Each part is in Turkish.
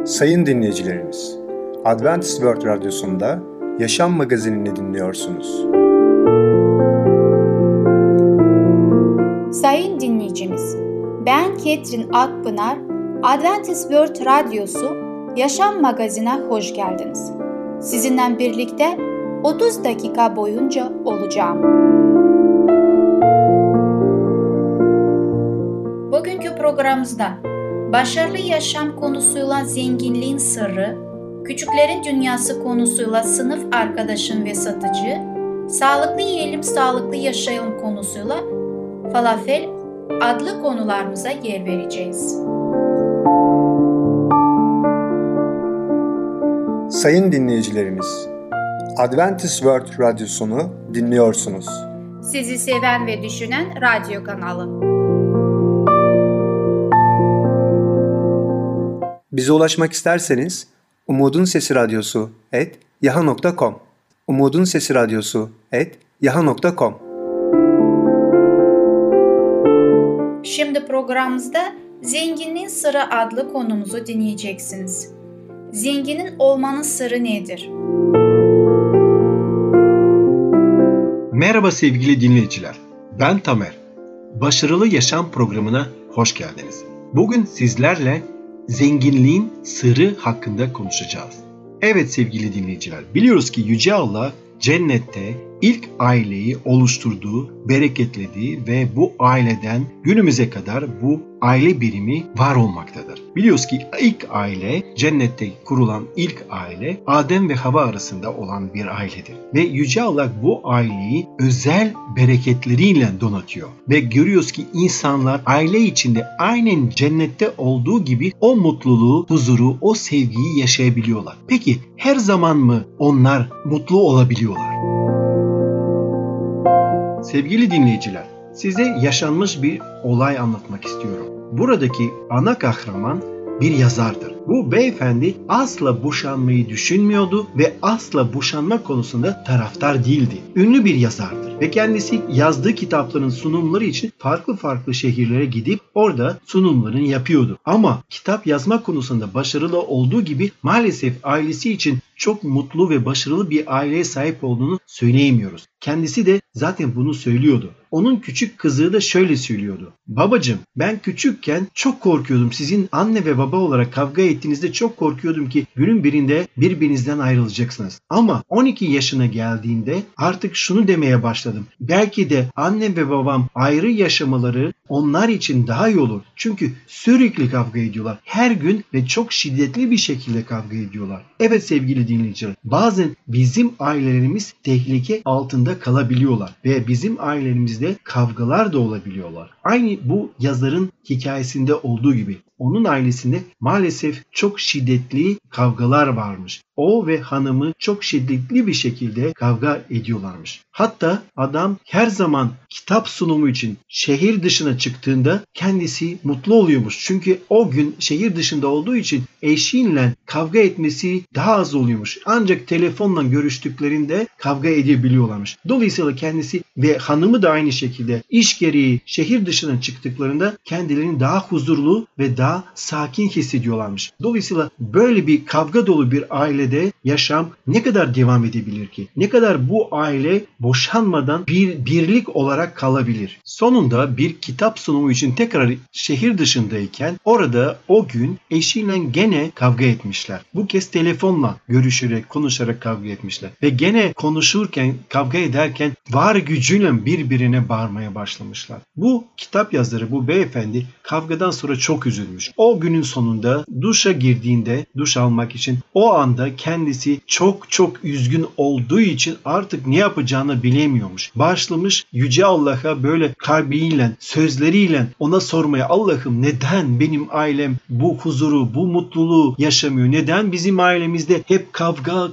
Sayın dinleyicilerimiz, Adventist World Radyosu'nda Yaşam Magazinini dinliyorsunuz. Sayın dinleyicimiz, ben Ketrin Akpınar, Adventist World Radyosu Yaşam Magazinine hoş geldiniz. Sizinle birlikte 30 dakika boyunca olacağım. Bugünkü programımızda başarılı yaşam konusuyla zenginliğin sırrı, küçüklerin dünyası konusuyla sınıf arkadaşım ve satıcı, sağlıklı yiyelim, sağlıklı yaşayalım konusuyla falafel adlı konularımıza yer vereceğiz. Sayın dinleyicilerimiz, Adventist World Radyosunu dinliyorsunuz. Sizi seven ve düşünen radyo kanalı. Bize ulaşmak isterseniz umudunsesiradyosu@yaha.com umudunsesiradyosu@yaha.com. Şimdi programımızda Zenginliğin Sırrı adlı konumuzu dinleyeceksiniz. Zenginin olmanın sırrı nedir? Merhaba sevgili dinleyiciler, ben Tamer. Başarılı Yaşam programına hoş geldiniz. Bugün sizlerle zenginliğin sırrı hakkında konuşacağız. Evet sevgili dinleyiciler, biliyoruz ki Yüce Allah cennette ilk aileyi oluşturduğu, bereketlediği ve bu aileden günümüze kadar bu aile birimi var olmaktadır. Biliyoruz ki ilk aile, cennette kurulan ilk aile Adem ve Havva arasında olan bir ailedir. Ve Yüce Allah bu aileyi özel bereketleriyle donatıyor. Ve görüyoruz ki insanlar aile içinde aynen cennette olduğu gibi o mutluluğu, huzuru, o sevgiyi yaşayabiliyorlar. Peki her zaman mı onlar mutlu olabiliyorlar? Sevgili dinleyiciler, size yaşanmış bir olay anlatmak istiyorum. Buradaki ana kahraman bir yazardır. Bu beyefendi asla boşanmayı düşünmüyordu ve asla boşanma konusunda taraftar değildi. Ünlü bir yazardır ve kendisi yazdığı kitapların sunumları için farklı şehirlere gidip orada sunumlarını yapıyordu. Ama kitap yazma konusunda başarılı olduğu gibi maalesef ailesi için çok mutlu ve başarılı bir aileye sahip olduğunu söyleyemiyoruz. Kendisi de zaten bunu söylüyordu. Onun küçük kızı da şöyle söylüyordu. Babacığım, ben küçükken çok korkuyordum. Sizin anne ve baba olarak kavga ettiğinizde çok korkuyordum ki günün birinde birbirinizden ayrılacaksınız. Ama 12 yaşına geldiğimde artık şunu demeye başladım. Belki de annem ve babam ayrı yaşamaları onlar için daha iyi olur. Çünkü sürekli kavga ediyorlar. Her gün ve çok şiddetli bir şekilde kavga ediyorlar. Evet sevgili dinleyiciler, bazen bizim ailelerimiz tehlike altında kalabiliyorlar ve bizim ailelerimizde kavgalar da olabiliyorlar. Aynı bu yazarın hikayesinde olduğu gibi. Onun ailesinde maalesef çok şiddetli kavgalar varmış. O ve hanımı çok şiddetli bir şekilde kavga ediyorlarmış. Hatta adam her zaman kitap sunumu için şehir dışına çıktığında kendisi mutlu oluyormuş. Çünkü o gün şehir dışında olduğu için eşiyle kavga etmesi daha az oluyormuş. Ancak telefonla görüştüklerinde kavga edebiliyorlarmış. Dolayısıyla kendisi ve hanımı da aynı şekilde iş gereği şehir dışına çıktıklarında kendilerini daha huzurlu ve daha sakin hissediyorlarmış. Dolayısıyla böyle bir kavga dolu bir ailede yaşam ne kadar devam edebilir ki? Ne kadar bu aile boşanmadan bir birlik olarak kalabilir? Sonunda bir kitap sunumu için tekrar şehir dışındayken orada o gün eşiyle gene kavga etmişler. Bu kez telefonla görüşerek, konuşarak kavga etmişler. Ve gene konuşurken, kavga ederken var gücüyle birbirine bağırmaya başlamışlar. Bu kitap yazarı, bu beyefendi kavgadan sonra çok üzülmüş. O günün sonunda duşa girdiğinde, duş almak için o anda kendisi çok üzgün olduğu için artık ne yapacağını bilemiyormuş. Başlamış Yüce Allah'a böyle kalbiyle, sözleriyle ona sormaya, Allah'ım neden benim ailem bu huzuru, bu mutluluğu yaşamıyor? Neden bizim ailemizde hep kavga?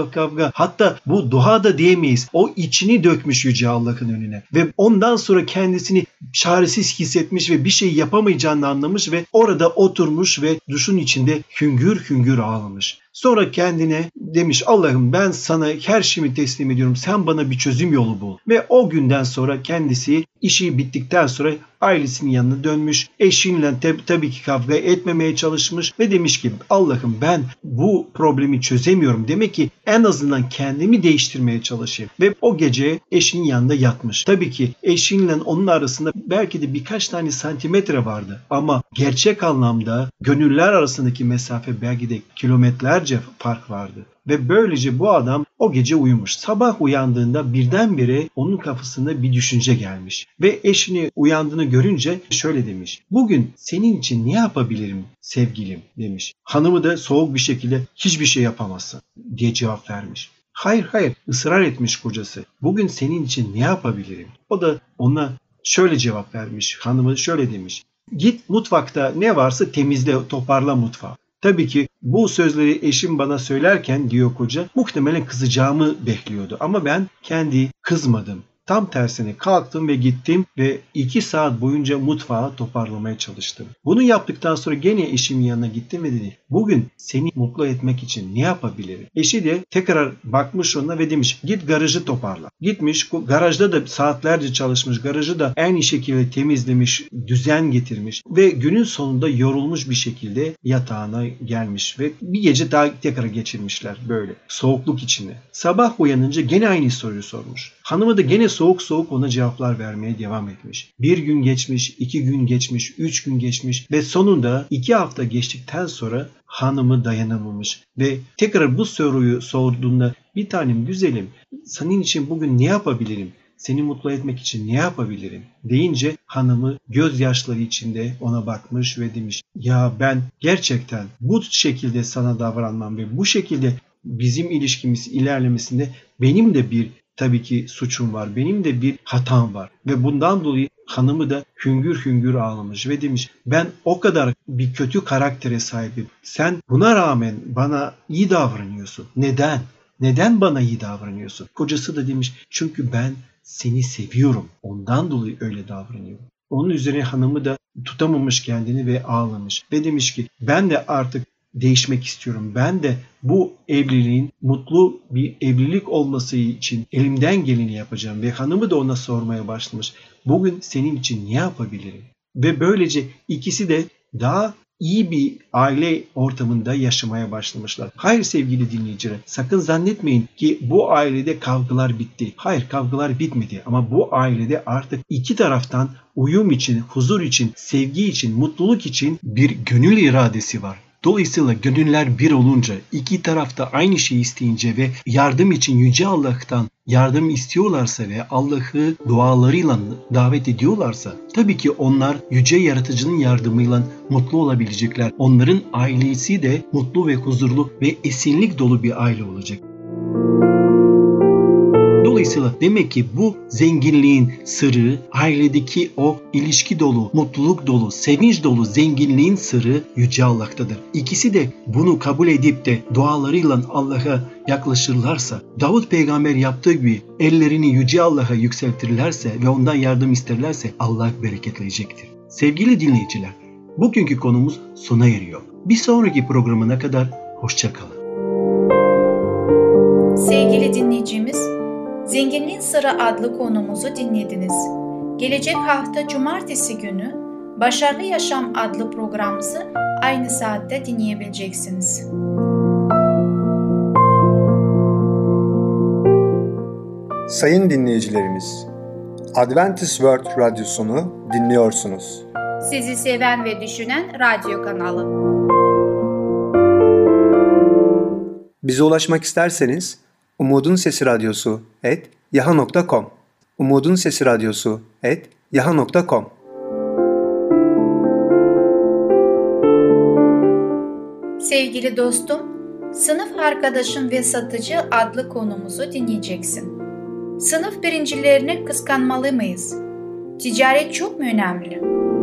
Hatta bu dua da diyemeyiz. O içini dökmüş Yüce Allah'ın önüne. Ve ondan sonra kendisini çaresiz hissetmiş ve bir şey yapamayacağını anlamış ve orada oturmuş ve duşun içinde hüngür ağlamış. Sonra kendine demiş Allah'ım ben sana her şeyimi teslim ediyorum. Sen bana bir çözüm yolu bul. Ve o günden sonra kendisi işi bittikten sonra ailesinin yanına dönmüş. Eşinle tabii ki kavga etmemeye çalışmış ve demiş ki Allah'ım ben bu problemi çözemiyorum. Demek ki en azından kendimi değiştirmeye çalışayım. Ve o gece eşinin yanında yatmış. Tabii ki eşinle onun arasında belki de birkaç tane santimetre vardı. Ama gerçek anlamda gönüller arasındaki mesafe belki de kilometrelerce fark vardı. Ve böylece bu adam o gece uyumuş. Sabah uyandığında birdenbire onun kafasında bir düşünce gelmiş. Ve eşini uyandığını görünce şöyle demiş. Bugün senin için ne yapabilirim sevgilim demiş. Hanımı da soğuk bir şekilde hiçbir şey yapamazsın diye cevap vermiş. Hayır ısrar etmiş kocası. Bugün senin için ne yapabilirim? O da ona şöyle cevap vermiş. Hanımı şöyle demiş. Git mutfakta ne varsa temizle, toparla mutfağı. Tabii ki bu sözleri eşim bana söylerken diyor koca muhtemelen kızacağımı bekliyordu. Ama ben kendi kızmadım. Tam tersine kalktım ve gittim ve 2 saat boyunca mutfağı toparlamaya çalıştım. Bunu yaptıktan sonra gene eşimin yanına gittim ve dedi bugün seni mutlu etmek için ne yapabilirim? Eşi de tekrar bakmış ona ve demiş git garajı toparla. Gitmiş garajda da saatlerce çalışmış. Garajı da en iyi şekilde temizlemiş, düzen getirmiş ve günün sonunda yorulmuş bir şekilde yatağına gelmiş ve bir gece daha tekrar geçirmişler böyle soğukluk içinde. Sabah uyanınca gene aynı soruyu sormuş. Hanımı da gene soğuk ona cevaplar vermeye devam etmiş. 1 gün geçmiş, 2 gün geçmiş, 3 gün geçmiş ve sonunda 2 hafta geçtikten sonra hanımı dayanamamış ve tekrar bu soruyu sorduğunda bir tanem güzelim senin için bugün ne yapabilirim? Seni mutlu etmek için ne yapabilirim? Deyince hanımı gözyaşları içinde ona bakmış ve demiş ya ben gerçekten bu şekilde sana davranmam ve bu şekilde bizim ilişkimiz ilerlemesinde benim de bir tabii ki suçum var. Benim de bir hatam var. Ve bundan dolayı hanımı da hüngür hüngür ağlamış ve demiş ben o kadar bir kötü karaktere sahibim. Sen buna rağmen bana iyi davranıyorsun. Neden? Neden bana iyi davranıyorsun? Kocası da demiş çünkü ben seni seviyorum. Ondan dolayı öyle davranıyorum. Onun üzerine hanımı da tutamamış kendini ve ağlamış. Ve demiş ki ben de artık değişmek istiyorum. Ben de bu evliliğin mutlu bir evlilik olması için elimden geleni yapacağım. Ve hanımı da ona sormaya başlamış. Bugün senin için ne yapabilirim? Ve böylece ikisi de daha iyi bir aile ortamında yaşamaya başlamışlar. Hayır sevgili dinleyiciler, sakın zannetmeyin ki bu ailede kavgalar bitti. Hayır, kavgalar bitmedi ama bu ailede artık iki taraftan uyum için, huzur için, sevgi için, mutluluk için bir gönül iradesi var. Dolayısıyla gönüller bir olunca, iki tarafta aynı şeyi isteyince ve yardım için Yüce Allah'tan yardım istiyorlarsa ve Allah'ı dualarıyla davet ediyorlarsa tabii ki onlar Yüce Yaratıcı'nın yardımıyla mutlu olabilecekler. Onların ailesi de mutlu ve huzurlu ve esinlik dolu bir aile olacak. Dolayısıyla demek ki bu zenginliğin sırrı, ailedeki o ilişki dolu, mutluluk dolu, sevinç dolu zenginliğin sırrı Yüce Allah'tadır. İkisi de bunu kabul edip de dualarıyla Allah'a yaklaşırlarsa, Davut peygamber yaptığı gibi ellerini Yüce Allah'a yükseltirlerse ve ondan yardım isterlerse Allah bereketleyecektir. Sevgili dinleyiciler, bugünkü konumuz sona eriyor. Bir sonraki programına kadar hoşça kalın. Sevgili dinleyicimiz, Zenginliğin Sırrı adlı konumuzu dinlediniz. Gelecek hafta Cumartesi günü Başarılı Yaşam adlı programımızı aynı saatte dinleyebileceksiniz. Sayın dinleyicilerimiz, Adventist World Radyosunu dinliyorsunuz. Sizi seven ve düşünen radyo kanalı. Bize ulaşmak isterseniz umudunsesiradyosu@yahoo.com umudunsesiradyosu@yahoo.com. Sevgili dostum, Sınıf Arkadaşım ve Satıcı adlı konumuzu dinleyeceksin. Sınıf birincilerini kıskanmalı mıyız? Ticaret çok mu önemli?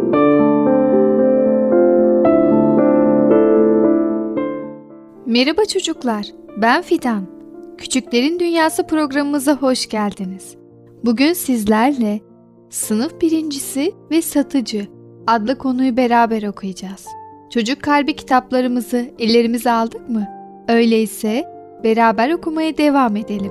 Merhaba çocuklar, ben Fidan. Küçüklerin Dünyası programımıza hoş geldiniz. Bugün sizlerle Sınıf Birincisi ve Satıcı adlı konuyu beraber okuyacağız. Çocuk Kalbi kitaplarımızı ellerimize aldık mı? Öyleyse beraber okumaya devam edelim.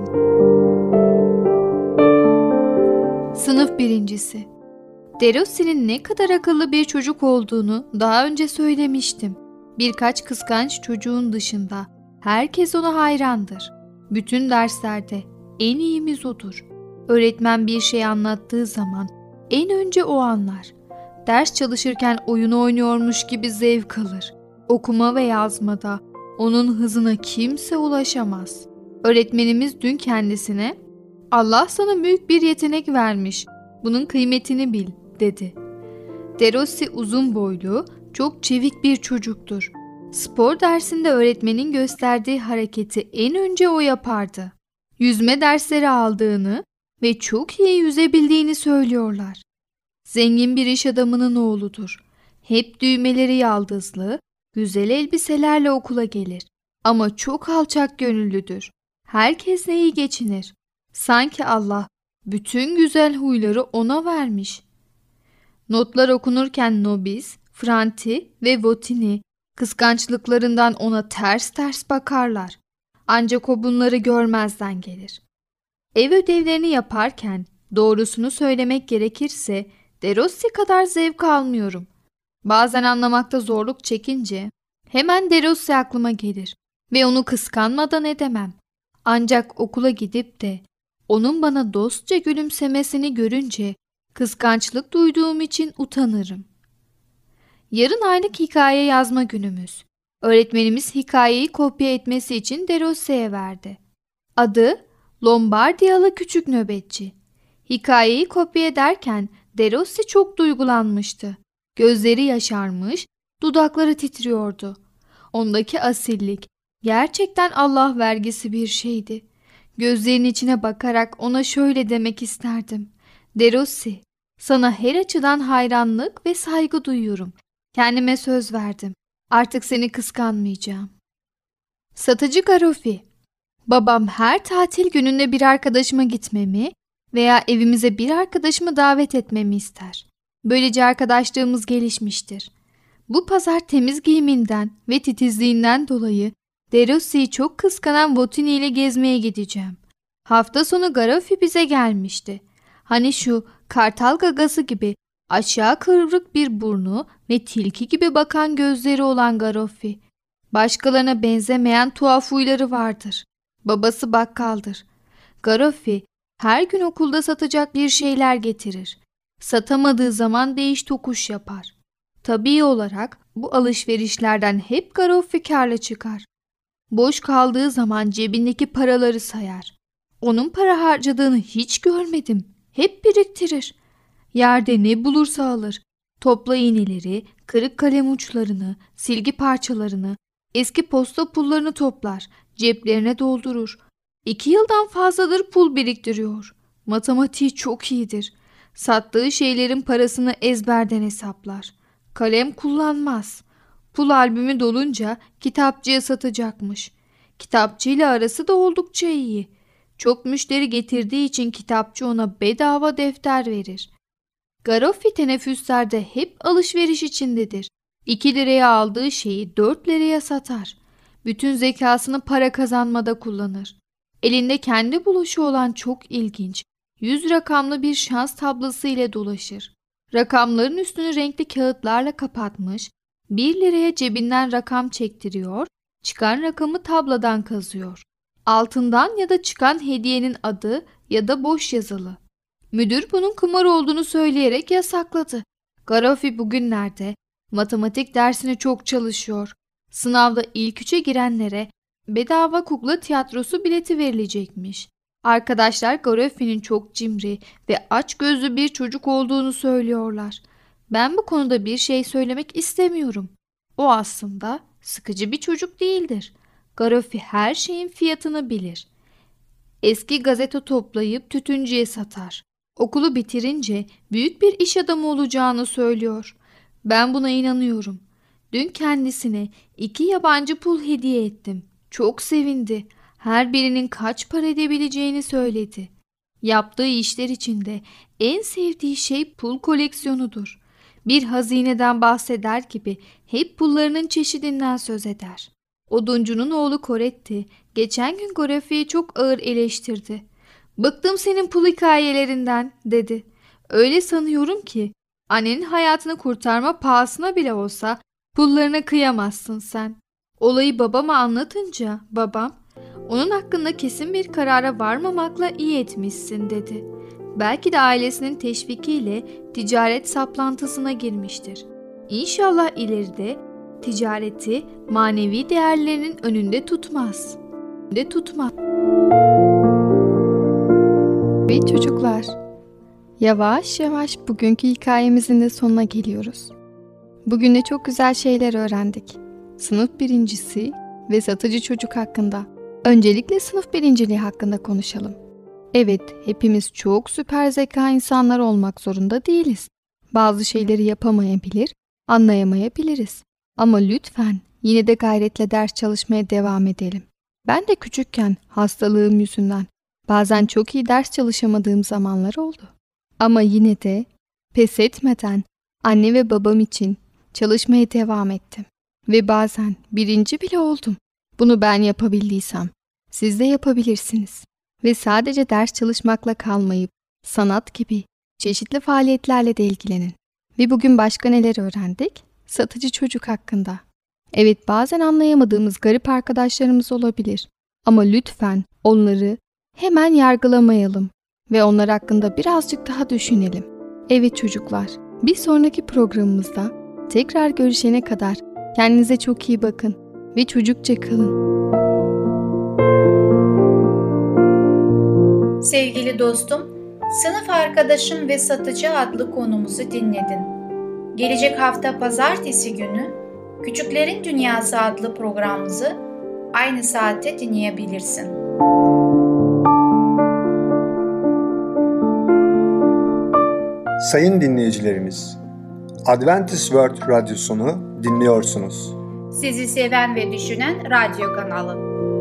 Sınıf birincisi. Derossi'nin ne kadar akıllı bir çocuk olduğunu daha önce söylemiştim. Birkaç kıskanç çocuğun dışında herkes ona hayrandır. Bütün derslerde en iyimiz odur. Öğretmen bir şey anlattığı zaman en önce o anlar. Ders çalışırken oyunu oynuyormuş gibi zevk alır. Okuma ve yazmada onun hızına kimse ulaşamaz. Öğretmenimiz dün kendisine "Allah sana büyük bir yetenek vermiş. Bunun kıymetini bil," dedi. Derossi uzun boylu, çok çevik bir çocuktur. Spor dersinde öğretmenin gösterdiği hareketi en önce o yapardı. Yüzme dersleri aldığını ve çok iyi yüzebildiğini söylüyorlar. Zengin bir iş adamının oğludur. Hep düğmeleri yaldızlı, güzel elbiselerle okula gelir. Ama çok alçak gönüllüdür. Herkesle iyi geçinir. Sanki Allah bütün güzel huyları ona vermiş. Notlar okunurken Nobis, Franti ve Votini kıskançlıklarından ona ters ters bakarlar. Ancak o bunları görmezden gelir. Ev ödevlerini yaparken doğrusunu söylemek gerekirse Derossi kadar zevk almıyorum. Bazen anlamakta zorluk çekince hemen Derossi aklıma gelir ve onu kıskanmadan edemem. Ancak okula gidip de onun bana dostça gülümsemesini görünce kıskançlık duyduğum için utanırım. Yarın aylık hikaye yazma günümüz. Öğretmenimiz hikayeyi kopya etmesi için Derossi'ye verdi. Adı Lombardiyalı Küçük Nöbetçi. Hikayeyi kopya ederken Derossi çok duygulanmıştı. Gözleri yaşarmış, dudakları titriyordu. Ondaki asillik gerçekten Allah vergisi bir şeydi. Gözlerinin içine bakarak ona şöyle demek isterdim. Derossi, sana her açıdan hayranlık ve saygı duyuyorum. Kendime söz verdim. Artık seni kıskanmayacağım. Satıcı Garoffi. Babam her tatil gününde bir arkadaşıma gitmemi veya evimize bir arkadaşımı davet etmemi ister. Böylece arkadaşlığımız gelişmiştir. Bu pazar temiz giyiminden ve titizliğinden dolayı Derossi'yi çok kıskanan Votini ile gezmeye gideceğim. Hafta sonu Garoffi bize gelmişti. Hani şu kartal gagası gibi aşağı kıvrık bir burnu ve tilki gibi bakan gözleri olan Garoffi. Başkalarına benzemeyen tuhaf huyları vardır. Babası bakkaldır. Garoffi her gün okulda satacak bir şeyler getirir. Satamadığı zaman değiş tokuş yapar. Tabii olarak bu alışverişlerden hep Garoffi kârlı çıkar. Boş kaldığı zaman cebindeki paraları sayar. Onun para harcadığını hiç görmedim. Hep biriktirir. Yerde ne bulursa alır. Topla iğneleri, kırık kalem uçlarını, silgi parçalarını, eski posta pullarını toplar. Ceplerine doldurur. 2 yıldan fazladır pul biriktiriyor. Matematiği çok iyidir. Sattığı şeylerin parasını ezberden hesaplar. Kalem kullanmaz. Pul albümü dolunca kitapçıya satacakmış. Kitapçıyla arası da oldukça iyi. Çok müşteri getirdiği için kitapçı ona bedava defter verir. Garoffi teneffüslerde hep alışveriş içindedir. 2 liraya aldığı şeyi 4 liraya satar. Bütün zekasını para kazanmada kullanır. Elinde kendi buluşu olan çok ilginç, 100 rakamlı bir şans tablosu ile dolaşır. Rakamların üstünü renkli kağıtlarla kapatmış, 1 liraya cebinden rakam çektiriyor, çıkan rakamı tablodan kazıyor. Altından ya da çıkan hediyenin adı ya da boş yazılı. Müdür bunun kumar olduğunu söyleyerek yasakladı. Garoffi bugünlerde matematik dersine çok çalışıyor. Sınavda ilk 3'e girenlere bedava kukla tiyatrosu bileti verilecekmiş. Arkadaşlar Garoffi'nin çok cimri ve açgözlü bir çocuk olduğunu söylüyorlar. Ben bu konuda bir şey söylemek istemiyorum. O aslında sıkıcı bir çocuk değildir. Garoffi her şeyin fiyatını bilir. Eski gazete toplayıp tütüncüye satar. Okulu bitirince büyük bir iş adamı olacağını söylüyor. Ben buna inanıyorum. Dün kendisine 2 yabancı pul hediye ettim. Çok sevindi. Her birinin kaç para edebileceğini söyledi. Yaptığı işler içinde en sevdiği şey pul koleksiyonudur. Bir hazineden bahseder gibi hep pullarının çeşidinden söz eder. Oduncunun oğlu Coretti geçen gün Gorafi'yi çok ağır eleştirdi. "Bıktım senin pul hikayelerinden," dedi. "Öyle sanıyorum ki annenin hayatını kurtarma pahasına bile olsa pullarına kıyamazsın sen." Olayı babama anlatınca babam, "Onun hakkında kesin bir karara varmamakla iyi etmişsin," dedi. Belki de ailesinin teşvikiyle ticaret saplantısına girmiştir. İnşallah ileride ticareti manevi değerlerinin önünde tutmaz. Evet çocuklar, yavaş yavaş bugünkü hikayemizin de sonuna geliyoruz. Bugün de çok güzel şeyler öğrendik. Sınıf birincisi ve satıcı çocuk hakkında. Öncelikle sınıf birinciliği hakkında konuşalım. Evet, hepimiz çok süper zeka insanlar olmak zorunda değiliz. Bazı şeyleri yapamayabilir, anlayamayabiliriz. Ama lütfen yine de gayretle ders çalışmaya devam edelim. Ben de küçükken hastalığım yüzünden bazen çok iyi ders çalışamadığım zamanlar oldu. Ama yine de pes etmeden anne ve babam için çalışmaya devam ettim. Ve bazen birinci bile oldum. Bunu ben yapabildiysem siz de yapabilirsiniz. Ve sadece ders çalışmakla kalmayıp sanat gibi çeşitli faaliyetlerle de ilgilenin. Ve bugün başka neler öğrendik? Satıcı çocuk hakkında. Evet, bazen anlayamadığımız garip arkadaşlarımız olabilir. Ama lütfen onları hemen yargılamayalım ve onlar hakkında birazcık daha düşünelim. Evet çocuklar, bir sonraki programımızda tekrar görüşene kadar kendinize çok iyi bakın ve çocukça kalın. Sevgili dostum, Sınıf Arkadaşım ve Satıcı adlı konumuzu dinledin. Gelecek hafta pazartesi günü Küçüklerin Dünyası adlı programımızı aynı saatte dinleyebilirsin. Sayın dinleyicilerimiz, Adventist World Radyosunu dinliyorsunuz. Sizi seven ve düşünen radyo kanalı.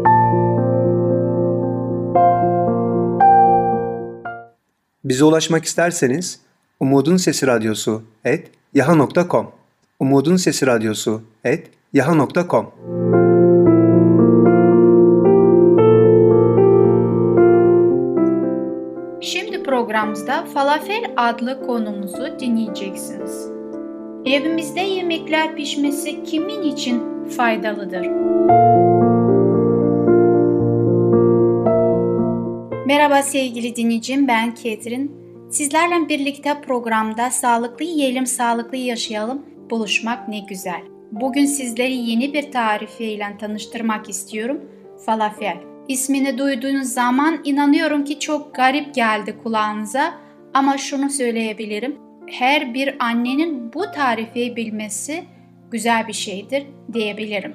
Bize ulaşmak isterseniz umudunsesiradyosu@yahoo.com umudunsesiradyosu@yahoo.com Şimdi programımızda falafel adlı konumuzu dinleyeceksiniz. Evimizde yemekler pişmesi kimin için faydalıdır? Merhaba sevgili dinleyicim, ben Ketrin. Sizlerle birlikte programda Sağlıklı Yiyelim, Sağlıklı Yaşayalım buluşmak ne güzel. Bugün sizleri yeni bir tarifiyle tanıştırmak istiyorum. Falafel. İsmini duyduğunuz zaman inanıyorum ki çok garip geldi kulağınıza ama şunu söyleyebilirim. Her bir annenin bu tarifi bilmesi güzel bir şeydir diyebilirim.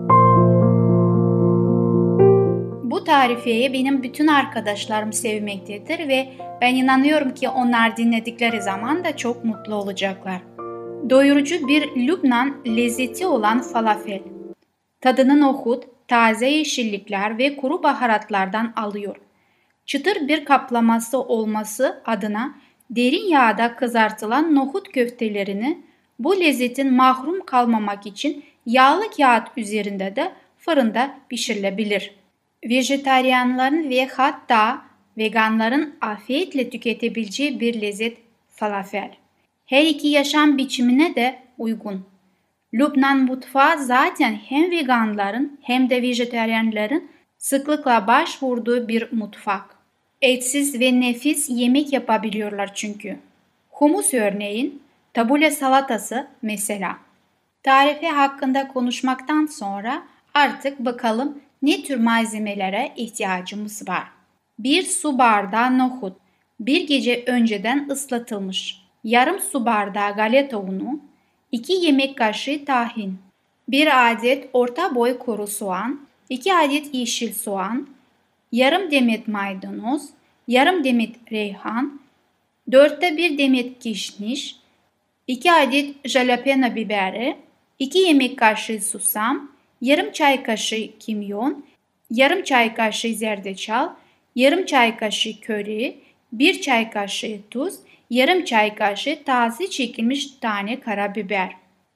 Bu tarifeyi benim bütün arkadaşlarım sevmektedir ve ben inanıyorum ki onlar dinledikleri zaman da çok mutlu olacaklar. Doyurucu bir Lübnan lezzeti olan falafel. Tadını nohut, taze yeşillikler ve kuru baharatlardan alıyor. Çıtır bir kaplaması olması adına derin yağda kızartılan nohut köftelerini bu lezzetin mahrum kalmamak için yağlı kağıt üzerinde de fırında pişirilebilir. Vejetaryenlerin ve hatta veganların afiyetle tüketebileceği bir lezzet falafel. Her iki yaşam biçimine de uygun. Lübnan mutfağı zaten hem veganların hem de vejetaryenlerin sıklıkla başvurduğu bir mutfak. Etsiz ve nefis yemek yapabiliyorlar çünkü. Humus örneğin, tabule salatası mesela. Tarifi hakkında konuşmaktan sonra artık bakalım ne tür malzemelere ihtiyacımız var. 1 su bardağı nohut, bir gece önceden ıslatılmış. Yarım su bardağı galeta unu, 2 yemek kaşığı tahin, 1 adet orta boy kuru soğan, 2 adet yeşil soğan, yarım demet maydanoz, yarım demet reyhan, 4'te 1 demet kişniş, 2 adet jalapeno biberi, 2 yemek kaşığı susam, yarım çay kaşığı kimyon, yarım çay kaşığı zerdeçal, yarım çay kaşığı köri, 1 çay kaşığı tuz, yarım çay kaşığı taze çekilmiş tane karabiber.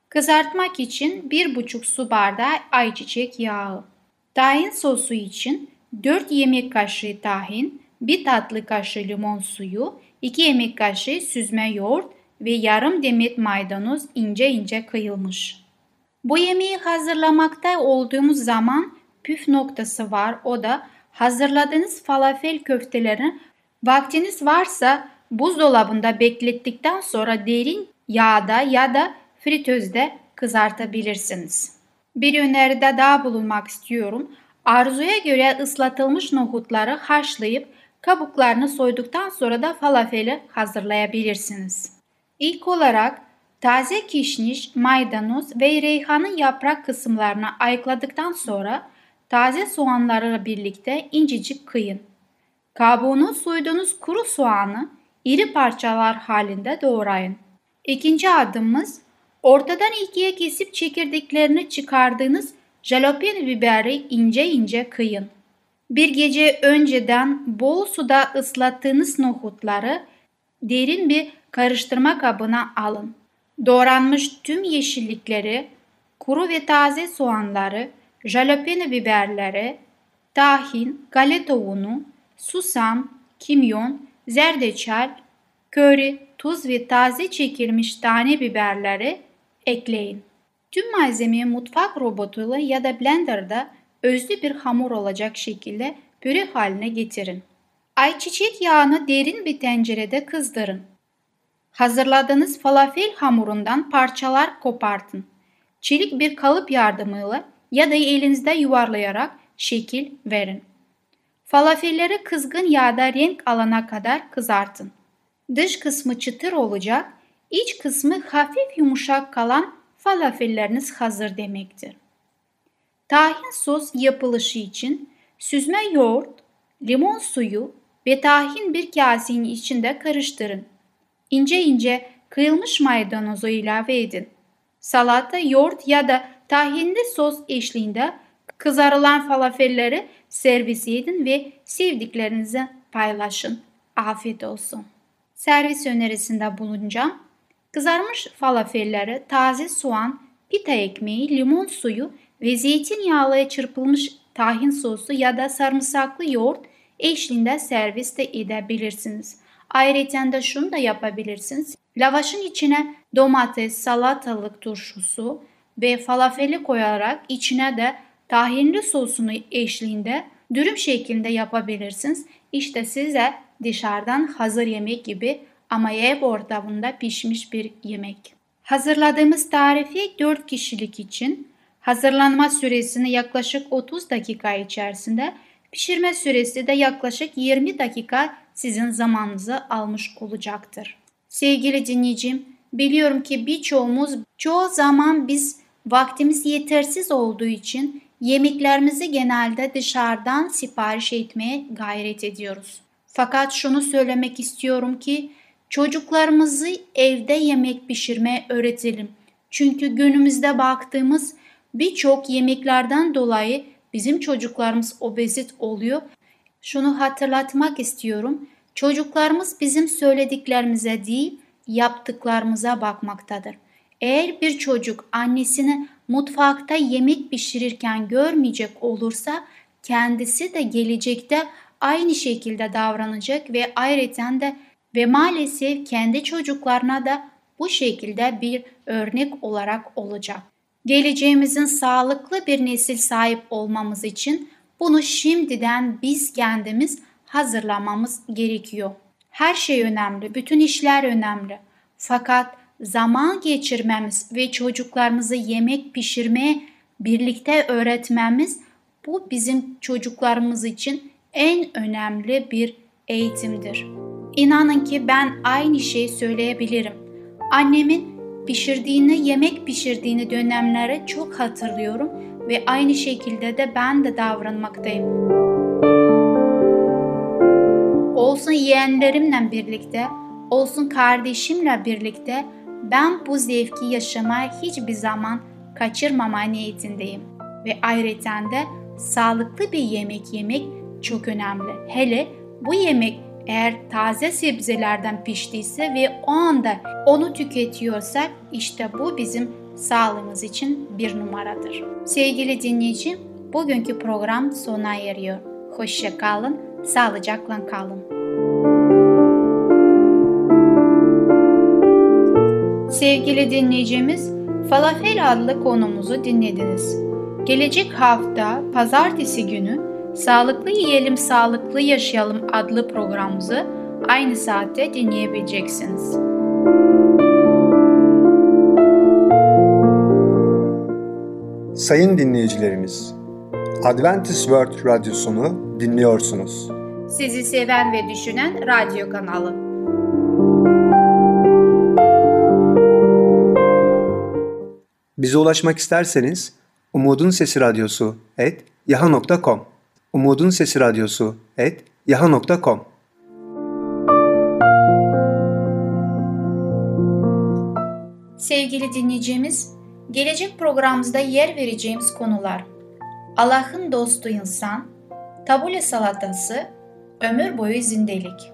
Kızartmak için 1,5 su bardağı ayçiçek yağı. Tahin sosu için 4 yemek kaşığı tahin, 1 tatlı kaşığı limon suyu, 2 yemek kaşığı süzme yoğurt ve yarım demet maydanoz ince ince kıyılmış. Bu yemeği hazırlamakta olduğumuz zaman püf noktası var. O da hazırladığınız falafel köftelerini vaktiniz varsa buzdolabında beklettikten sonra derin yağda ya da fritözde kızartabilirsiniz. Bir öneride daha bulunmak istiyorum. Arzuya göre ıslatılmış nohutları haşlayıp kabuklarını soyduktan sonra da falafeli hazırlayabilirsiniz. İlk olarak taze kişniş, maydanoz ve reyhanın yaprak kısımlarını ayıkladıktan sonra taze soğanlarla birlikte incecik kıyın. Kabuğunu soyduğunuz kuru soğanı iri parçalar halinde doğrayın. İkinci adımımız, ortadan ikiye kesip çekirdeklerini çıkardığınız jalapeno biberi ince ince kıyın. Bir gece önceden bol suda ıslattığınız nohutları derin bir karıştırma kabına alın. Doğranmış tüm yeşillikleri, kuru ve taze soğanları, jalapeno biberleri, tahin, galeta unu, susam, kimyon, zerdeçal, köri, tuz ve taze çekilmiş tane biberleri ekleyin. Tüm malzemeyi mutfak robotuyla ya da blenderda özlü bir hamur olacak şekilde püre haline getirin. Ayçiçek yağını derin bir tencerede kızdırın. Hazırladığınız falafel hamurundan parçalar kopartın. Çelik bir kalıp yardımıyla ya da elinizde yuvarlayarak şekil verin. Falafelleri kızgın yağda renk alana kadar kızartın. Dış kısmı çıtır olacak, iç kısmı hafif yumuşak kalan falafelleriniz hazır demektir. Tahin sos yapılışı için süzme yoğurt, limon suyu ve tahin bir kasenin içinde karıştırın. İnce ince kıyılmış maydanozu ilave edin. Salata, yoğurt ya da tahinli sos eşliğinde kızarılan falafelleri servis edin ve sevdiklerinize paylaşın. Afiyet olsun. Servis önerisinde bulunacağım. Kızarmış falafelleri, taze soğan, pita ekmeği, limon suyu ve zeytinyağlıya çırpılmış tahin sosu ya da sarımsaklı yoğurt eşliğinde servis de edebilirsiniz. Ayrıca da şunu da yapabilirsiniz. Lavaşın içine domates, salatalık turşusu ve falafeli koyarak içine de tahinli sosunu eşliğinde dürüm şeklinde yapabilirsiniz. İşte size dışarıdan hazır yemek gibi ama ev ortamında pişmiş bir yemek. Hazırladığımız tarifi 4 kişilik için hazırlanma süresini yaklaşık 30 dakika içerisinde, pişirme süresi de yaklaşık 20 dakika sizin zamanınızı almış olacaktır. Sevgili dinleyicim, biliyorum ki birçoğumuz çoğu zaman biz vaktimiz yetersiz olduğu için yemeklerimizi genelde dışarıdan sipariş etmeye gayret ediyoruz. Fakat şunu söylemek istiyorum ki çocuklarımızı evde yemek pişirmeye öğretelim. Çünkü günümüzde baktığımız birçok yemeklerden dolayı bizim çocuklarımız obezit oluyor. Şunu hatırlatmak istiyorum. Çocuklarımız bizim söylediklerimize değil, yaptıklarımıza bakmaktadır. Eğer bir çocuk annesini mutfakta yemek pişirirken görmeyecek olursa kendisi de gelecekte aynı şekilde davranacak ve ayrıca da ve maalesef kendi çocuklarına da bu şekilde bir örnek olarak olacak. Geleceğimizin sağlıklı bir nesil sahip olmamız için bunu şimdiden biz kendimiz hazırlamamız gerekiyor. Her şey önemli, bütün işler önemli. Fakat zaman geçirmemiz ve çocuklarımızı yemek pişirmeye birlikte öğretmemiz bu bizim çocuklarımız için en önemli bir eğitimdir. İnanın ki ben aynı şeyi söyleyebilirim. Annemin yemek pişirdiğini dönemleri çok hatırlıyorum ve aynı şekilde de ben de davranmaktayım. Olsun yeğenlerimle birlikte, olsun kardeşimle birlikte ben bu zevki yaşamaya hiçbir zaman kaçırmama niyetindeyim. Ve ayrıca de sağlıklı bir yemek yemek çok önemli. Hele bu yemek eğer taze sebzelerden piştiyse ve o anda onu tüketiyorsak işte bu bizim sağlığımız için bir numaradır. Sevgili dinleyici, bugünkü program sona eriyor. Hoşça kalın, sağlıcakla kalın. Sevgili dinleyicimiz, Falafel adlı konumuzu dinlediniz. Gelecek hafta pazartesi günü Sağlıklı Yiyelim, Sağlıklı Yaşayalım adlı programımızı aynı saatte dinleyebileceksiniz. Sayın dinleyicilerimiz, Adventist World Radyosunu dinliyorsunuz. Sizi seven ve düşünen radyo kanalı. Bize ulaşmak isterseniz umudunsesiradyosu@yahoo.com umudunsesiradyosu@yahoo.com Sevgili dinleyicimiz, gelecek programımızda yer vereceğimiz konular: Allah'ın dostu insan, tabule salatası, ömür boyu zindelik.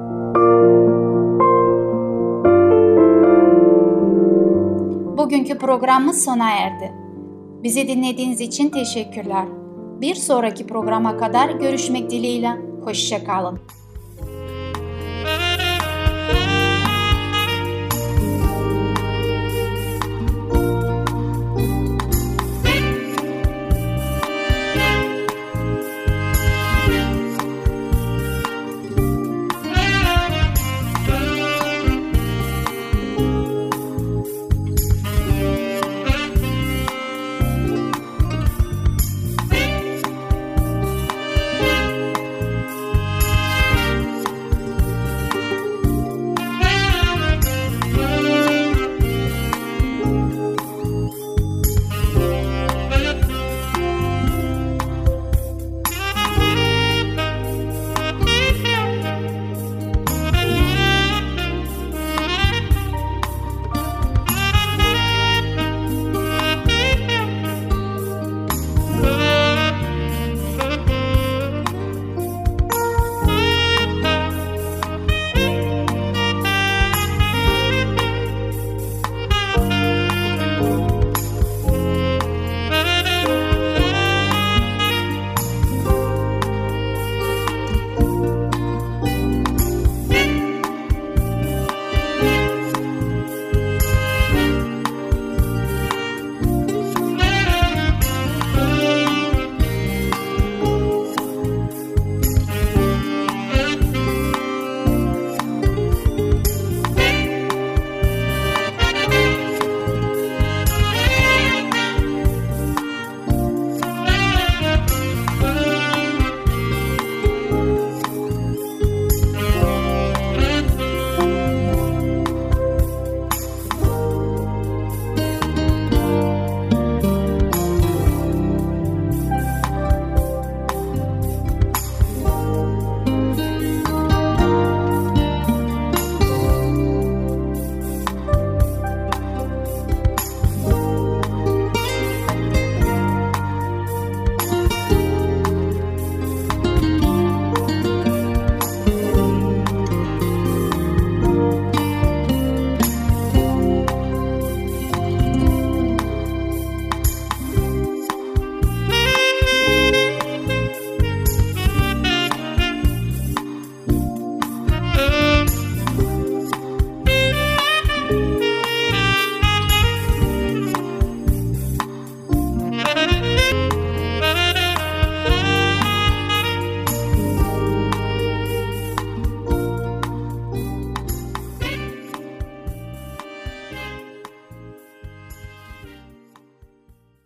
Bugünkü programımız sona erdi. Bizi dinlediğiniz için teşekkürler. Bir sonraki programa kadar görüşmek dileğiyle. Hoşça kalın.